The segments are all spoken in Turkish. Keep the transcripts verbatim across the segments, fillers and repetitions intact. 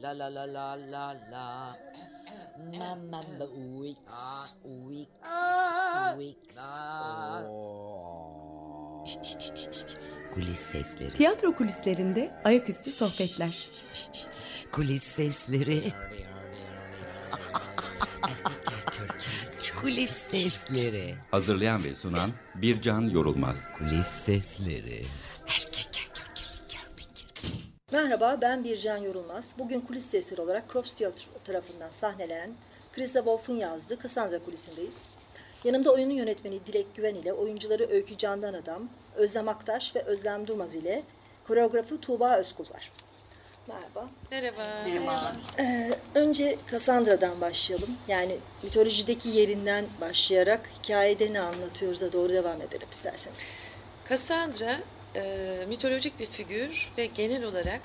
La la la la la la. Mama weeks, weeks, weeks. Kulis sesleri. Tiyatro kulislerinde ayaküstü sohbetler. Kulis sesleri. Kulis sesleri. Hazırlayan ve sunan Bircan Yorulmaz. Kulis sesleri. Merhaba, ben Bircan Yorulmaz. Bugün kulis sesleri olarak Krops Tiyatro tarafından sahnelenen Christa Wolf'un yazdığı Cassandra kulisindeyiz. Yanımda oyunun yönetmeni Dilek Güven ile oyuncuları Öykü Candan Adam, Özlem Aktaş ve Özlem Durmaz ile koreografı Tuğba Özkul var. Merhaba. Merhaba. Merhaba. Ee, önce Cassandra'dan başlayalım. Yani mitolojideki yerinden başlayarak hikayede ne anlatıyoruz'a doğru devam edelim isterseniz. Cassandra e, mitolojik bir figür ve genel olarak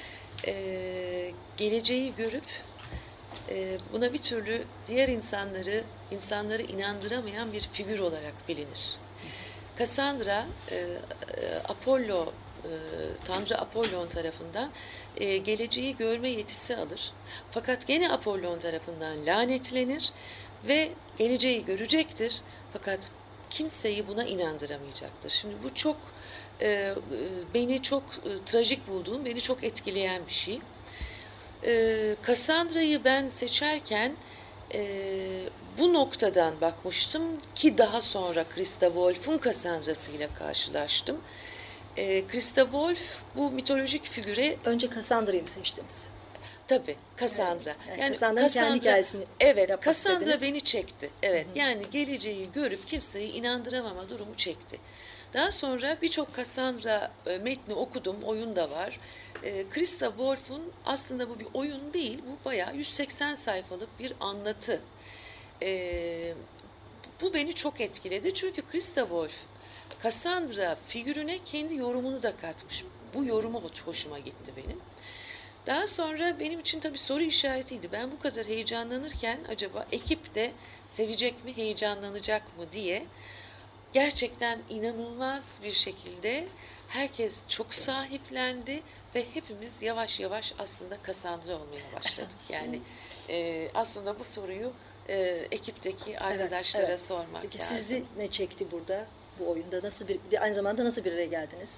e, geleceği görüp e, buna bir türlü diğer insanları insanları inandıramayan bir figür olarak bilinir. Cassandra e, e, Apollo e, Tanrı Apollon tarafından e, geleceği görme yetisi alır. Fakat gene Apollon tarafından lanetlenir ve geleceği görecektir. Fakat kimseyi buna inandıramayacaktır. Şimdi bu çok e, beni çok e, trajik bulduğum, beni çok etkileyen bir şey. E, Cassandra'yı ben seçerken e, bu noktadan bakmıştım ki daha sonra Christa Wolf'un Cassandra'sıyla karşılaştım. E, Christa Wolf bu mitolojik figüre... Önce Cassandra'yı mı seçtiniz? Tabii, Cassandra. Evet, yani yani Cassandra'nın kendi hikayesini Evet, Cassandra istediniz. beni çekti. Evet, Hı hı. yani geleceği görüp kimseyi inandıramama durumu çekti. Daha sonra birçok Cassandra e, metni okudum, oyun da var. E, Christa Wolf'un aslında bu bir oyun değil, bu bayağı yüz seksen sayfalık bir anlatı. E, bu beni çok etkiledi çünkü Christa Wolf, Cassandra figürüne kendi yorumunu da katmış. Bu yorumu hoşuma gitti benim. Daha sonra benim için tabii soru işaretiydi. Ben bu kadar heyecanlanırken acaba ekip de sevecek mi, heyecanlanacak mı diye gerçekten inanılmaz bir şekilde herkes çok sahiplendi ve hepimiz yavaş yavaş aslında Cassandra olmaya başladık. Yani e, aslında bu soruyu e, ekipteki arkadaşlara evet, evet. sormak Peki lazım. sizi ne çekti burada, bu oyunda? Nasıl bir, aynı zamanda nasıl bir araya geldiniz?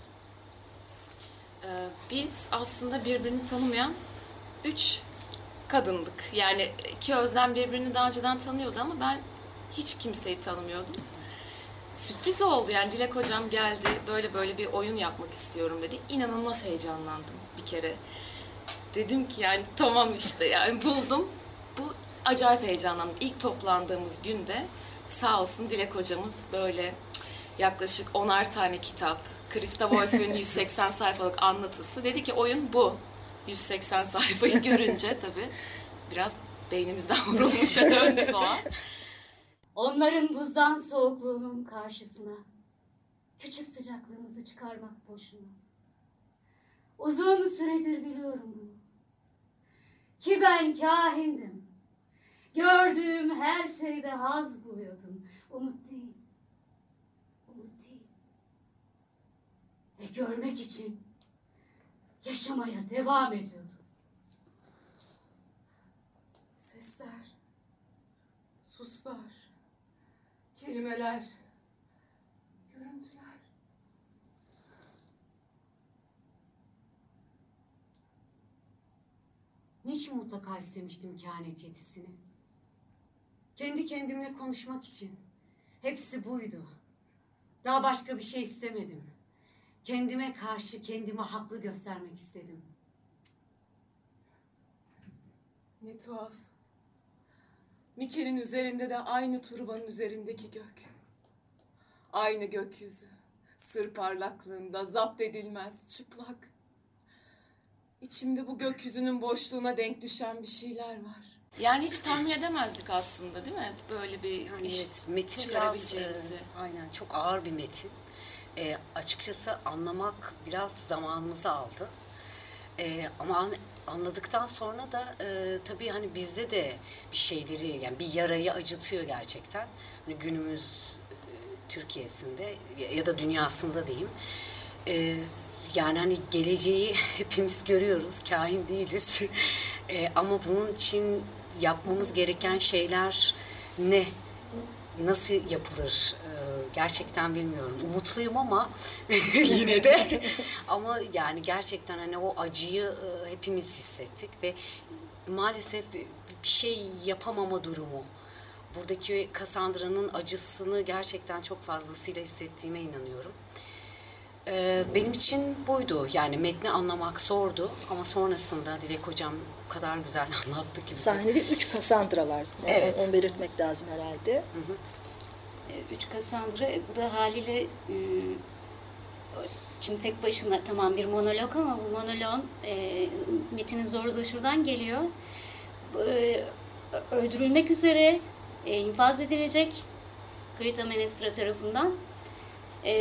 Ee, biz aslında birbirini tanımayan üç kadındık. Yani ki Özlem birbirini daha önceden tanıyordu ama ben hiç kimseyi tanımıyordum. Sürpriz oldu yani Dilek hocam geldi, böyle böyle bir oyun yapmak istiyorum dedi. İnanılmaz heyecanlandım bir kere. Dedim ki yani tamam işte yani buldum. Bu acayip heyecanlandım. İlk toplandığımız günde sağ olsun Dilek hocamız böyle yaklaşık onar tane kitap, Christa Wolf'ün yüz seksen sayfalık anlatısı. Dedi ki oyun bu. yüz seksen sayfayı görünce tabii biraz beynimizden vurulmuşa döndük o an. Onların buzdan soğukluğunun karşısına küçük sıcaklığımızı çıkarmak boşuna. Uzun süredir biliyorum bunu. Ki ben kahindim. Gördüğüm her şeyde haz buluyordum. Umut değil. Umut değil. Ve görmek için yaşamaya devam ediyordum. Sesler, suslar, kelimeler, görüntüler. Niçin mutlaka istemiştim kehanet yetisini? Kendi kendimle konuşmak için. Hepsi buydu. Daha başka bir şey istemedim. Kendime karşı kendimi haklı göstermek istedim. Ne tuhaf. Mike'nin üzerinde de aynı Truva'nın üzerindeki gök. Aynı gökyüzü. Sır parlaklığında zapt edilmez, çıplak. İçimde bu gökyüzünün boşluğuna denk düşen bir şeyler var. Yani hiç tahmin edemezdik aslında değil mi? Böyle bir Yani iş evet, metin çıkarabileceğimizi. biraz, e, aynen çok ağır bir metin. E, açıkçası anlamak biraz zamanımızı aldı. E, ama an, anladıktan sonra da e, tabii hani bizde de bir şeyleri, yani bir yarayı acıtıyor gerçekten. Hani günümüz e, Türkiye'sinde ya da dünyasında diyeyim. E, yani hani geleceği hepimiz görüyoruz, kahin değiliz. E, ama bunun için yapmamız gereken şeyler ne? Nasıl yapılır? Ee, gerçekten bilmiyorum. Umutluyum ama yine de. Ama yani gerçekten hani o acıyı e, hepimiz hissettik ve maalesef bir şey yapamama durumu. Buradaki Cassandra'nın acısını gerçekten çok fazlasıyla hissettiğime inanıyorum. Ee, benim için buydu. Yani metni anlamak zordu ama sonrasında Dilek Hocam o kadar güzel anlattı ki bize. Sahnede üç Cassandra var. Yani evet. Onu belirtmek lazım herhalde. Hı hı. Üç Cassandra, bu da haliyle şimdi tek başına tamam bir monolog ama bu monoloğun e, metinin zoru da şuradan geliyor. E, öldürülmek üzere e, infaz edilecek Clytemnestra tarafından e,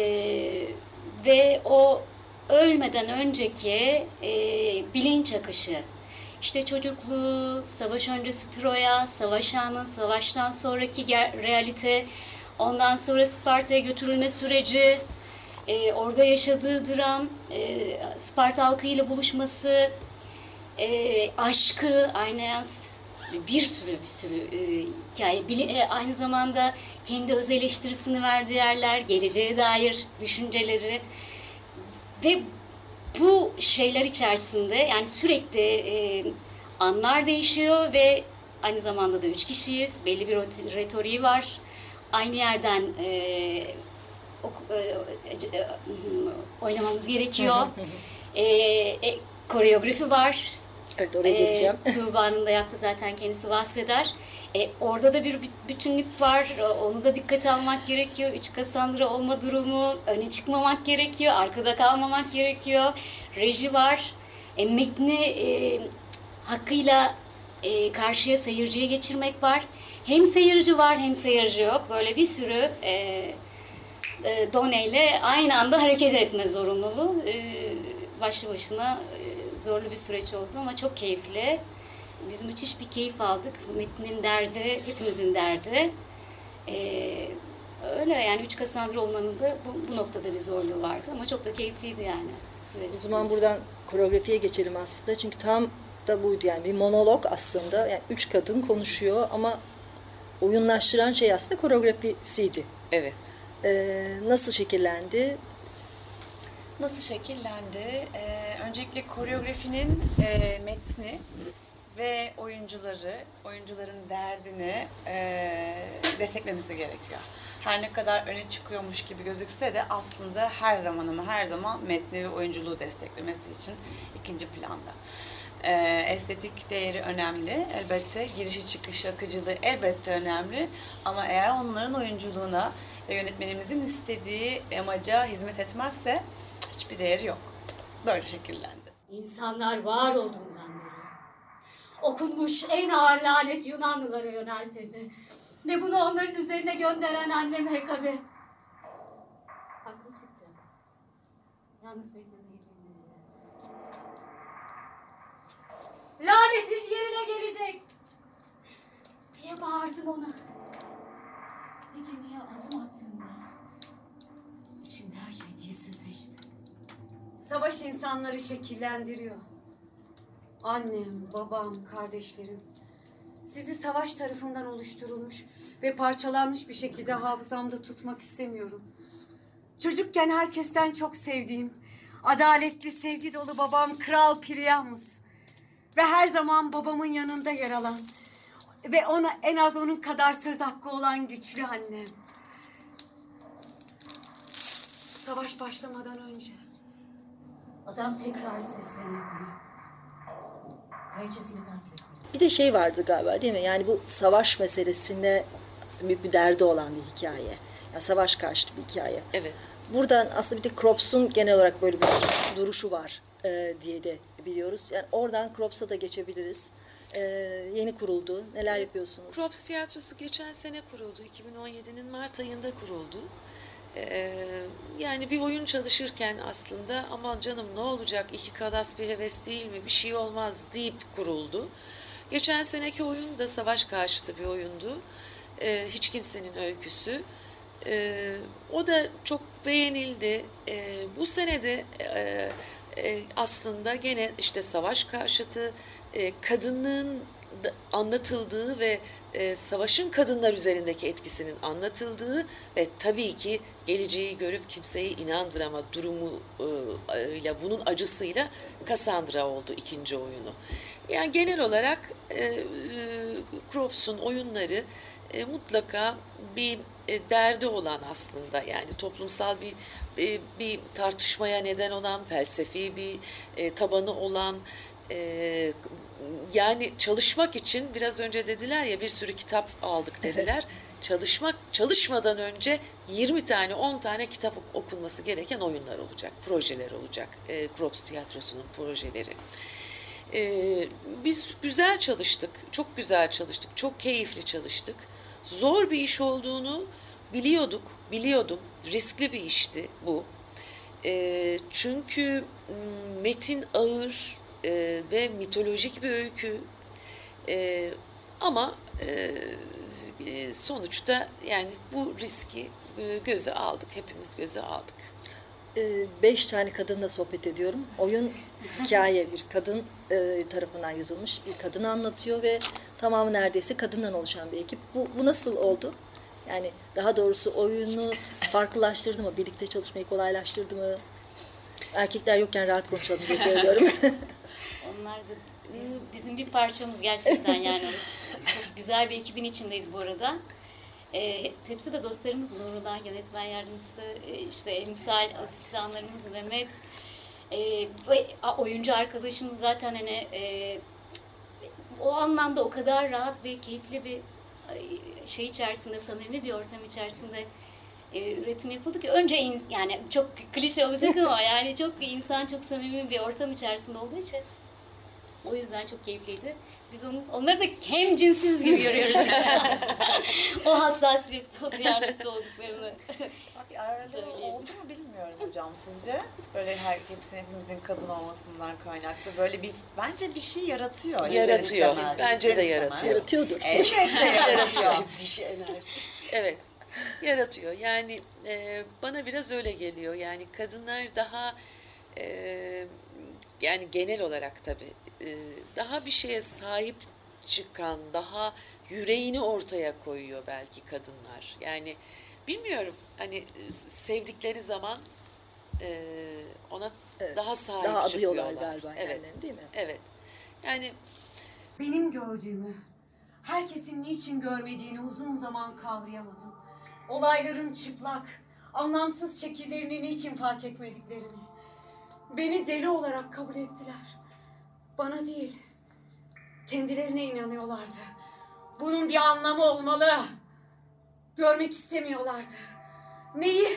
ve o ölmeden önceki e, bilinç akışı, işte çocukluğu, savaş öncesi Troya, savaş anı, savaştan sonraki realite, ondan sonra Sparta'ya götürülme süreci, e, orada yaşadığı dram, e, Sparta halkıyla buluşması, e, aşkı, aynen bir sürü bir sürü e, hikaye. Bili, e, aynı zamanda kendi öz eleştirisini verdiği yerler, geleceğe dair düşünceleri ve bu şeyler içerisinde yani sürekli e, anlar değişiyor ve aynı zamanda da üç kişiyiz, belli bir retoriği var. Aynı yerden e, ok, e, e, oynamamız gerekiyor. e, e, koreografi var. Evet, oraya geleceğim. E, Tuğba'nın da yaptı zaten, kendisi bahseder. E, orada da bir bütünlük var. Onu da dikkate almak gerekiyor. Üç Cassandra olma durumu, öne çıkmamak gerekiyor, arkada kalmamak gerekiyor. Reji var. E, metni e, hakkıyla e, karşıya, seyirciye geçirmek var. Hem seyirci var hem seyirci yok. Böyle bir sürü e, e, doneyle aynı anda hareket etme zorunluluğu. E, başlı başına e, zorlu bir süreç oldu ama çok keyifli. Biz müthiş bir keyif aldık. Metnin derdi, hepimizin derdi. E, öyle yani üç Cassandra olmanın da bu, bu noktada bir zorluğu vardı ama çok da keyifliydi yani. O zaman buradan koreografiye geçelim aslında. Çünkü tam da buydu yani bir monolog aslında. Yani üç kadın konuşuyor ama oyunlaştıran şey aslında koreografisiydi. Evet. Ee, nasıl şekillendi? Nasıl şekillendi? Ee, öncelikle koreografinin e, metni ve oyuncuları, oyuncuların derdini e, desteklemesi gerekiyor. Her ne kadar öne çıkıyormuş gibi gözükse de aslında her zaman ama her zaman metni ve oyunculuğu desteklemesi için ikinci planda. Ee, estetik değeri önemli. Elbette girişi çıkışı, akıcılığı elbette önemli. Ama eğer onların oyunculuğuna ve yönetmenimizin istediği amaca hizmet etmezse hiçbir değeri yok. Böyle şekillendi. İnsanlar var olduğundan beri okunmuş en ağır lanet Yunanlılara yöneltildi. Ve bunu onların üzerine gönderen annem Hekabe. Haklı çıktı. Yalnız beklemeyi bilmiyorum. Lanetin yerine gelecek diye bağırdım ona. Ve gemiye adım attığımda içimde her şey dilsizleşti. Savaş insanları şekillendiriyor. Annem, babam, kardeşlerim. Sizi savaş tarafından oluşturulmuş ve parçalanmış bir şekilde hafızamda tutmak istemiyorum. Çocukken herkesten çok sevdiğim, adaletli, sevgi dolu babam Kral Priamus. Ve her zaman babamın yanında yer alan ve ona en az onun kadar söz hakkı olan güçlü annem. Savaş başlamadan önce. Adam tekrar sesleniyor bana. Kraliçesini takip etmeli. Bir de şey vardı galiba değil mi? Yani bu savaş meselesinde aslında büyük bir derdi olan bir hikaye. Yani savaş karşıtı bir hikaye. Evet. Buradan aslında bir de Krops'un genel olarak böyle bir duruşu var e, diye de biliyoruz. Yani oradan Krops'a da geçebiliriz. E, yeni kuruldu. Neler yapıyorsunuz? Krops Tiyatrosu geçen sene kuruldu. iki bin on yedinin Mart ayında kuruldu. Ee, yani bir oyun çalışırken aslında aman canım ne olacak, iki kadas bir heves değil mi, bir şey olmaz deyip kuruldu. Geçen seneki oyun da savaş karşıtı bir oyundu. Ee, hiç kimsenin öyküsü. Ee, o da çok beğenildi. Ee, bu sene de e, e, aslında gene işte savaş karşıtı e, kadınlığın anlatıldığı ve e, savaşın kadınlar üzerindeki etkisinin anlatıldığı ve tabii ki geleceği görüp kimseyi inandırama durumu e, ile bunun acısıyla Cassandra oldu ikinci oyunu. Yani genel olarak e, e, Krops'un oyunları e, mutlaka bir e, derdi olan aslında, yani toplumsal bir e, bir tartışmaya neden olan, felsefi bir e, tabanı olan, e, yani çalışmak için biraz önce dediler ya bir sürü kitap aldık dediler. Çalışmak, çalışmadan önce yirmi tane on tane kitap okunması gereken oyunlar olacak, projeler olacak. E, Krops Tiyatrosu'nun projeleri. E, biz güzel çalıştık, çok güzel çalıştık, çok keyifli çalıştık. Zor bir iş olduğunu biliyorduk, biliyordum. Riskli bir işti bu. E, çünkü metin ağır e, ve mitolojik bir öykü. E, ama e, sonuçta yani bu riski e, göze aldık, hepimiz göze aldık. E, beş tane kadınla sohbet ediyorum. Oyun hikaye bir kadın e, tarafından yazılmış, bir kadını anlatıyor ve tamamı neredeyse kadından oluşan bir ekip. Bu, bu nasıl oldu? Yani daha doğrusu oyunu farklılaştırdı mı? Birlikte çalışmayı kolaylaştırdı mı? Erkekler yokken rahat konuşalım diye söylüyorum. Onlar da biz, bizim bir parçamız gerçekten yani. Çok güzel bir ekibin içindeyiz bu arada. E, hepsi de dostlarımız. Nurullah yönetmen yardımcısı, e, işte emsal asistanlarımız Mehmet. E, ve oyuncu arkadaşımız zaten hani e, o anlamda o kadar rahat ve keyifli bir şey içerisinde, samimi bir ortam içerisinde e, üretim yapıldı ki önce in, yani çok klişe olacak ama yani çok insan, çok samimi bir ortam içerisinde olduğu için o yüzden çok keyifliydi. Biz onu, onları da hem cinsimiz gibi görüyoruz. Yani. O hassasiyette, o duyarlılıkta olduklarını söyleyeyim. Oldu mu bilmiyorum hocam sizce? Böyle her, hepsinin hepimizin kadın olmasından kaynaklı böyle bir bence bir şey yaratıyor. Yaratıyor. İstemez, Bence de yaratıyor. Yaratıyordur. Elbette yaratıyor. Dişi enerji. Evet. Yaratıyor. Yani e, bana biraz öyle geliyor. Yani kadınlar daha e, yani genel olarak tabii e, daha bir şeye sahip çıkan, daha yüreğini ortaya koyuyor belki kadınlar. Yani bilmiyorum, hani sevdikleri zaman e, ona evet, daha sahip daha çıkıyorlar. adıyorlar galiba evet. kendilerini, değil mi? Evet. Yani benim gördüğümü, herkesin niçin görmediğini uzun zaman kavrayamadım. Olayların çıplak, anlamsız şekillerini niçin fark etmediklerini. Beni deli olarak kabul ettiler. Bana değil, kendilerine inanıyorlardı. Bunun bir anlamı olmalı. Görmek istemiyorlardı. Neyi?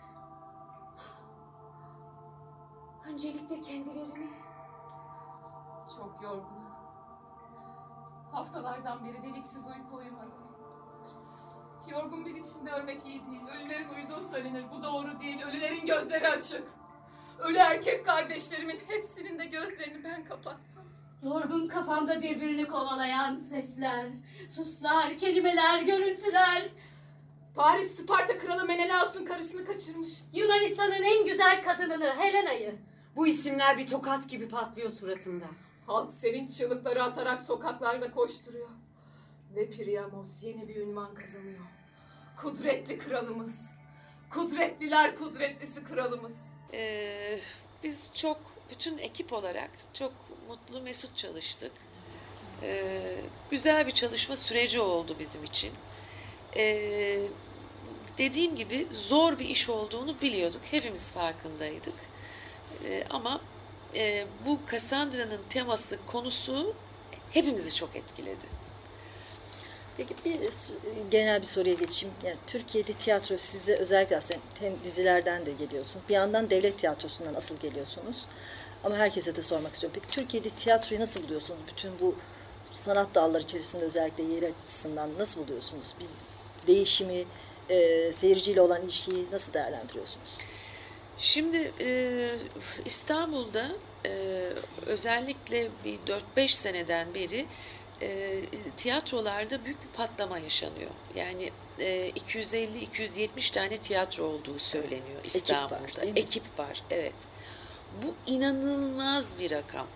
Öncelikle kendilerini. Çok yorgunum. Haftalardan beri deliksiz uyku uyumadım. Yorgun bir biçimde ölmek iyi değil. Ölülerin uyuduğu söylenir. Bu doğru değil. Ölülerin gözleri açık. Ölü erkek kardeşlerimin hepsinin de gözlerini ben kapattım. Yorgun kafamda birbirini kovalayan sesler, suslar, kelimeler, görüntüler. Paris Sparta kralı Menelaus'un karısını kaçırmış. Yunanistan'ın en güzel kadınını, Helena'yı. Bu isimler bir tokat gibi patlıyor suratımda. Halk sevinç çığlıkları atarak sokaklarda koşturuyor. Ve Priamos yeni bir ünvan kazanıyor. Kudretli kralımız. Kudretliler kudretlisi kralımız. Ee, biz çok, bütün ekip olarak çok mutlu, mesut çalıştık. Ee, güzel bir çalışma süreci oldu bizim için. Ee, dediğim gibi zor bir iş olduğunu biliyorduk. Hepimiz farkındaydık. Ee, ama e, bu Cassandra'nın teması, konusu hepimizi çok etkiledi. Peki bir genel bir soruya geçeyim. Yani Türkiye'de tiyatro size özellikle aslında hem dizilerden de geliyorsunuz. Bir yandan devlet tiyatrosundan asıl geliyorsunuz. Ama herkese de sormak istiyorum. Peki Türkiye'de tiyatroyu nasıl buluyorsunuz? Bütün bu sanat dalları içerisinde özellikle yeri açısından nasıl buluyorsunuz? Bir değişimi, e, seyirciyle olan ilişkiyi nasıl değerlendiriyorsunuz? Şimdi e, İstanbul'da e, özellikle bir dört beş seneden beri e, tiyatrolarda büyük bir patlama yaşanıyor. Yani e, iki yüz elli iki yüz yetmiş tane tiyatro olduğu söyleniyor, evet. İstanbul'da. Ekip var, değil mi? Ekip var, evet. Bu inanılmaz bir rakam.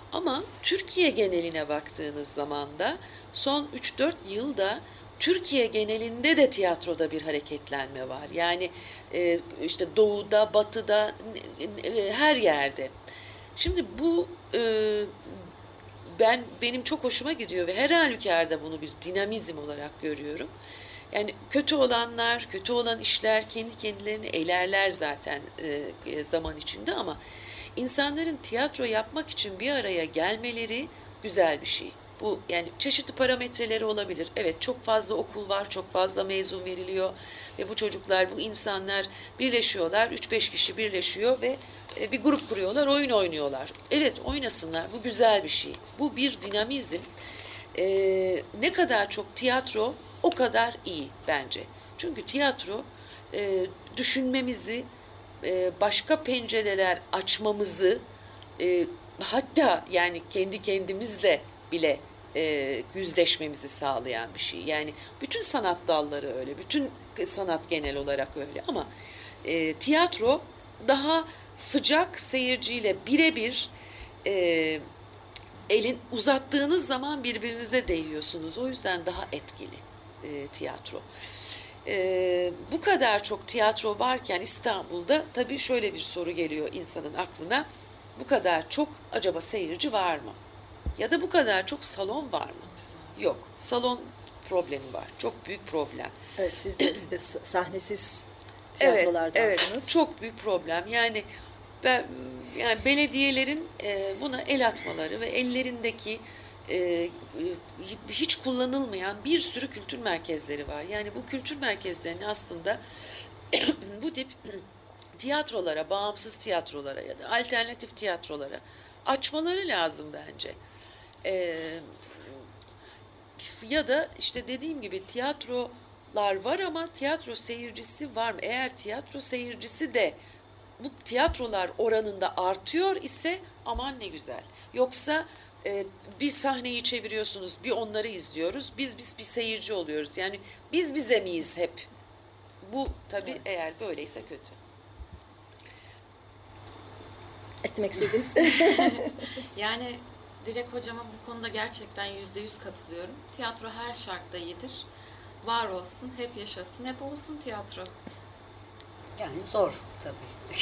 Ama Türkiye geneline baktığınız zaman da son üç dört yılda Türkiye genelinde de tiyatroda bir hareketlenme var. Yani e, işte doğuda, batıda, e, her yerde. Şimdi bu e, ben benim çok hoşuma gidiyor ve her halükarda bunu bir dinamizm olarak görüyorum. Yani kötü olanlar, kötü olan işler kendi kendilerini elerler zaten e, zaman içinde ama insanların tiyatro yapmak için bir araya gelmeleri güzel bir şey. Bu yani çeşitli parametreleri olabilir. Evet, çok fazla okul var, çok fazla mezun veriliyor ve bu çocuklar, bu insanlar birleşiyorlar, üç beş kişi birleşiyor ve bir grup kuruyorlar, oyun oynuyorlar. Evet, oynasınlar, bu güzel bir şey. Bu bir dinamizm. Ee, ne kadar çok tiyatro o kadar iyi bence. Çünkü tiyatro e, düşünmemizi, e, başka pencereler açmamızı, e, hatta yani kendi kendimizle bile e, yüzleşmemizi sağlayan bir şey. Yani bütün sanat dalları öyle, bütün sanat genel olarak öyle ama e, tiyatro daha sıcak seyirciyle birebir e, elin uzattığınız zaman birbirinize değiyorsunuz. O yüzden daha etkili e, tiyatro. E, bu kadar çok tiyatro varken İstanbul'da tabii şöyle bir soru geliyor insanın aklına. Bu kadar çok acaba seyirci var mı? Ya da bu kadar çok salon var mı? Yok. Salon problemi var. Çok büyük problem. Evet, siz de sahnesiz tiyatrolardansınız. Evet, evet, çok büyük problem. Yani ben, yani belediyelerin e, buna el atmaları ve ellerindeki e, hiç kullanılmayan bir sürü kültür merkezleri var. Yani bu kültür merkezlerini aslında bu tip tiyatrolara, bağımsız tiyatrolara ya da alternatif tiyatrolara açmaları lazım bence. E, ya da işte dediğim gibi tiyatrolar var ama tiyatro seyircisi var mı? Eğer tiyatro seyircisi de bu tiyatrolar oranında artıyor ise aman ne güzel. Yoksa e, bir sahneyi çeviriyorsunuz, bir onları izliyoruz, biz biz bir seyirci oluyoruz. Yani biz bize miyiz hep? Bu tabii evet. Eğer böyleyse kötü. Eklemek istediniz. Yani Dilek hocama bu konuda gerçekten yüzde yüz katılıyorum. Tiyatro her şartta iyidir. Var olsun, hep yaşasın, hep olsun tiyatro. Yani zor tabii.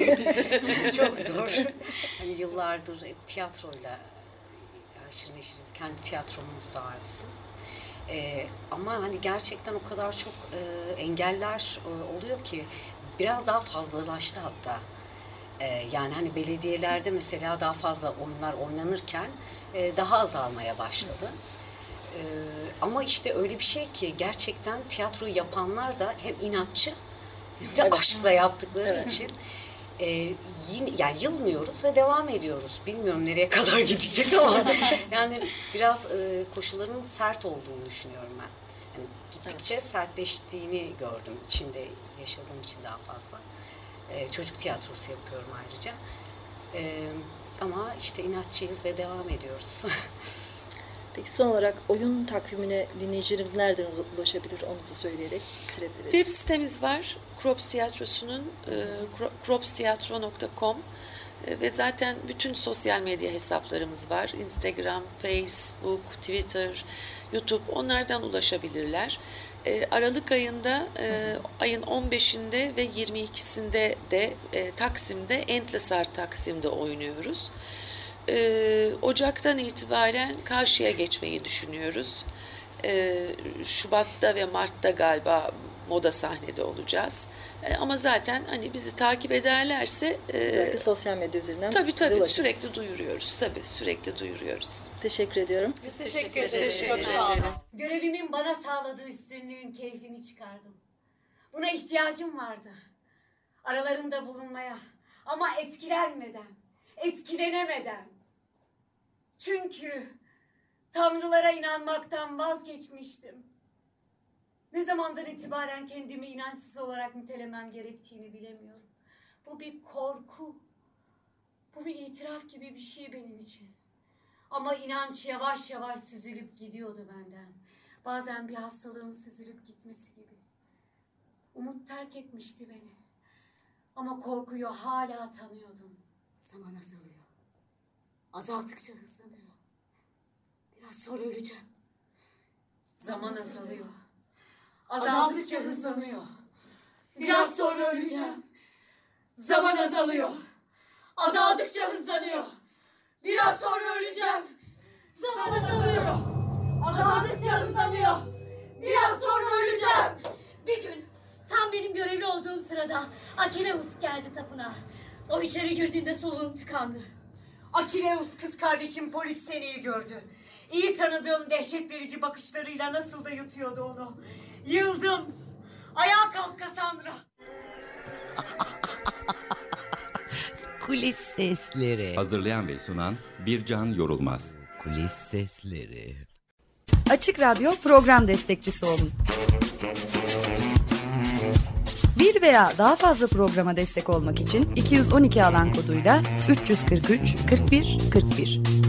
Çok zor. Hani yıllardır hep tiyatroyla aşırı neşiriz. Kendi tiyatromuz da var bizim. Ee, ama hani gerçekten o kadar çok e, engeller e, oluyor ki biraz daha fazlalaştı hatta. E, yani hani belediyelerde mesela daha fazla oyunlar oynanırken e, daha azalmaya başladı. E, ama işte öyle bir şey ki gerçekten tiyatroyu yapanlar da hem inatçı hem de evet. aşkla yaptıkları evet. için e, yine, yani yılmıyoruz ve devam ediyoruz. Bilmiyorum nereye kadar gidecek ama yani biraz e, koşulların sert olduğunu düşünüyorum ben. Yani gittikçe evet. sertleştiğini gördüm. İçinde yaşadığım için daha fazla. E, çocuk tiyatrosu yapıyorum ayrıca. E, ama işte inatçıyız ve devam ediyoruz. Peki son olarak oyun takvimine dinleyicilerimiz nereden ulaşabilir onu da söyleyerek bitirebiliriz. Web sitemiz var. Krops Tiyatrosu'nun e, krops tiyatro nokta com e, ve zaten bütün sosyal medya hesaplarımız var. Instagram, Facebook, Twitter, YouTube onlardan ulaşabilirler. E, Aralık ayında e, ayın on beşinde ve yirmi ikisinde de e, Taksim'de Entleser Taksim'de oynuyoruz. Ee, Ocak'tan itibaren karşıya geçmeyi düşünüyoruz. Ee, Şubat'ta ve Mart'ta galiba moda sahnede olacağız. Ee, ama zaten hani bizi takip ederlerse e, özellikle sosyal medya üzerinden tabii tabii sürekli duyuruyoruz. Tabii sürekli duyuruyoruz. Teşekkür ediyorum. Biz teşekkür ederiz. Çok sağ olun. Görevimin bana sağladığı üstünlüğün keyfini çıkardım. Buna ihtiyacım vardı. Aralarında bulunmaya ama etkilenmeden, etkilenemeden. Çünkü tanrılara inanmaktan vazgeçmiştim. Ne zamandan itibaren kendimi inançsız olarak nitelemem gerektiğini bilemiyorum. Bu bir korku. Bu bir itiraf gibi bir şey benim için. Ama inanç yavaş yavaş süzülüp gidiyordu benden. Bazen bir hastalığın süzülüp gitmesi gibi. Umut terk etmişti beni. Ama korkuyu hala tanıyordum. Zaman azalıyor. Azaldıkça hızlanıyor. Biraz sonra öleceğim. Zaman azalıyor. Azaldıkça hızlanıyor. Biraz sonra öleceğim. Zaman azalıyor. Azaldıkça hızlanıyor. Biraz sonra öleceğim. Zaman azalıyor. Azaldıkça hızlanıyor. Biraz sonra öleceğim. Bir gün tam benim görevli olduğum sırada Akileus geldi tapınağa. O içeri girdiğinde soluğum tıkandı. Akileus kız kardeşim Polixene'yi gördü. İyi tanıdığım dehşet verici bakışlarıyla nasıl da yutuyordu onu. Yıldım. Ayağa kalk Cassandra. Kulis sesleri. Hazırlayan ve sunan Bircan Yorulmaz. Kulis sesleri. Açık Radyo program destekçisi olun. Bir veya daha fazla programa destek olmak için iki yüz on iki alan koduyla üç yüz kırk üç kırk bir kırk bir.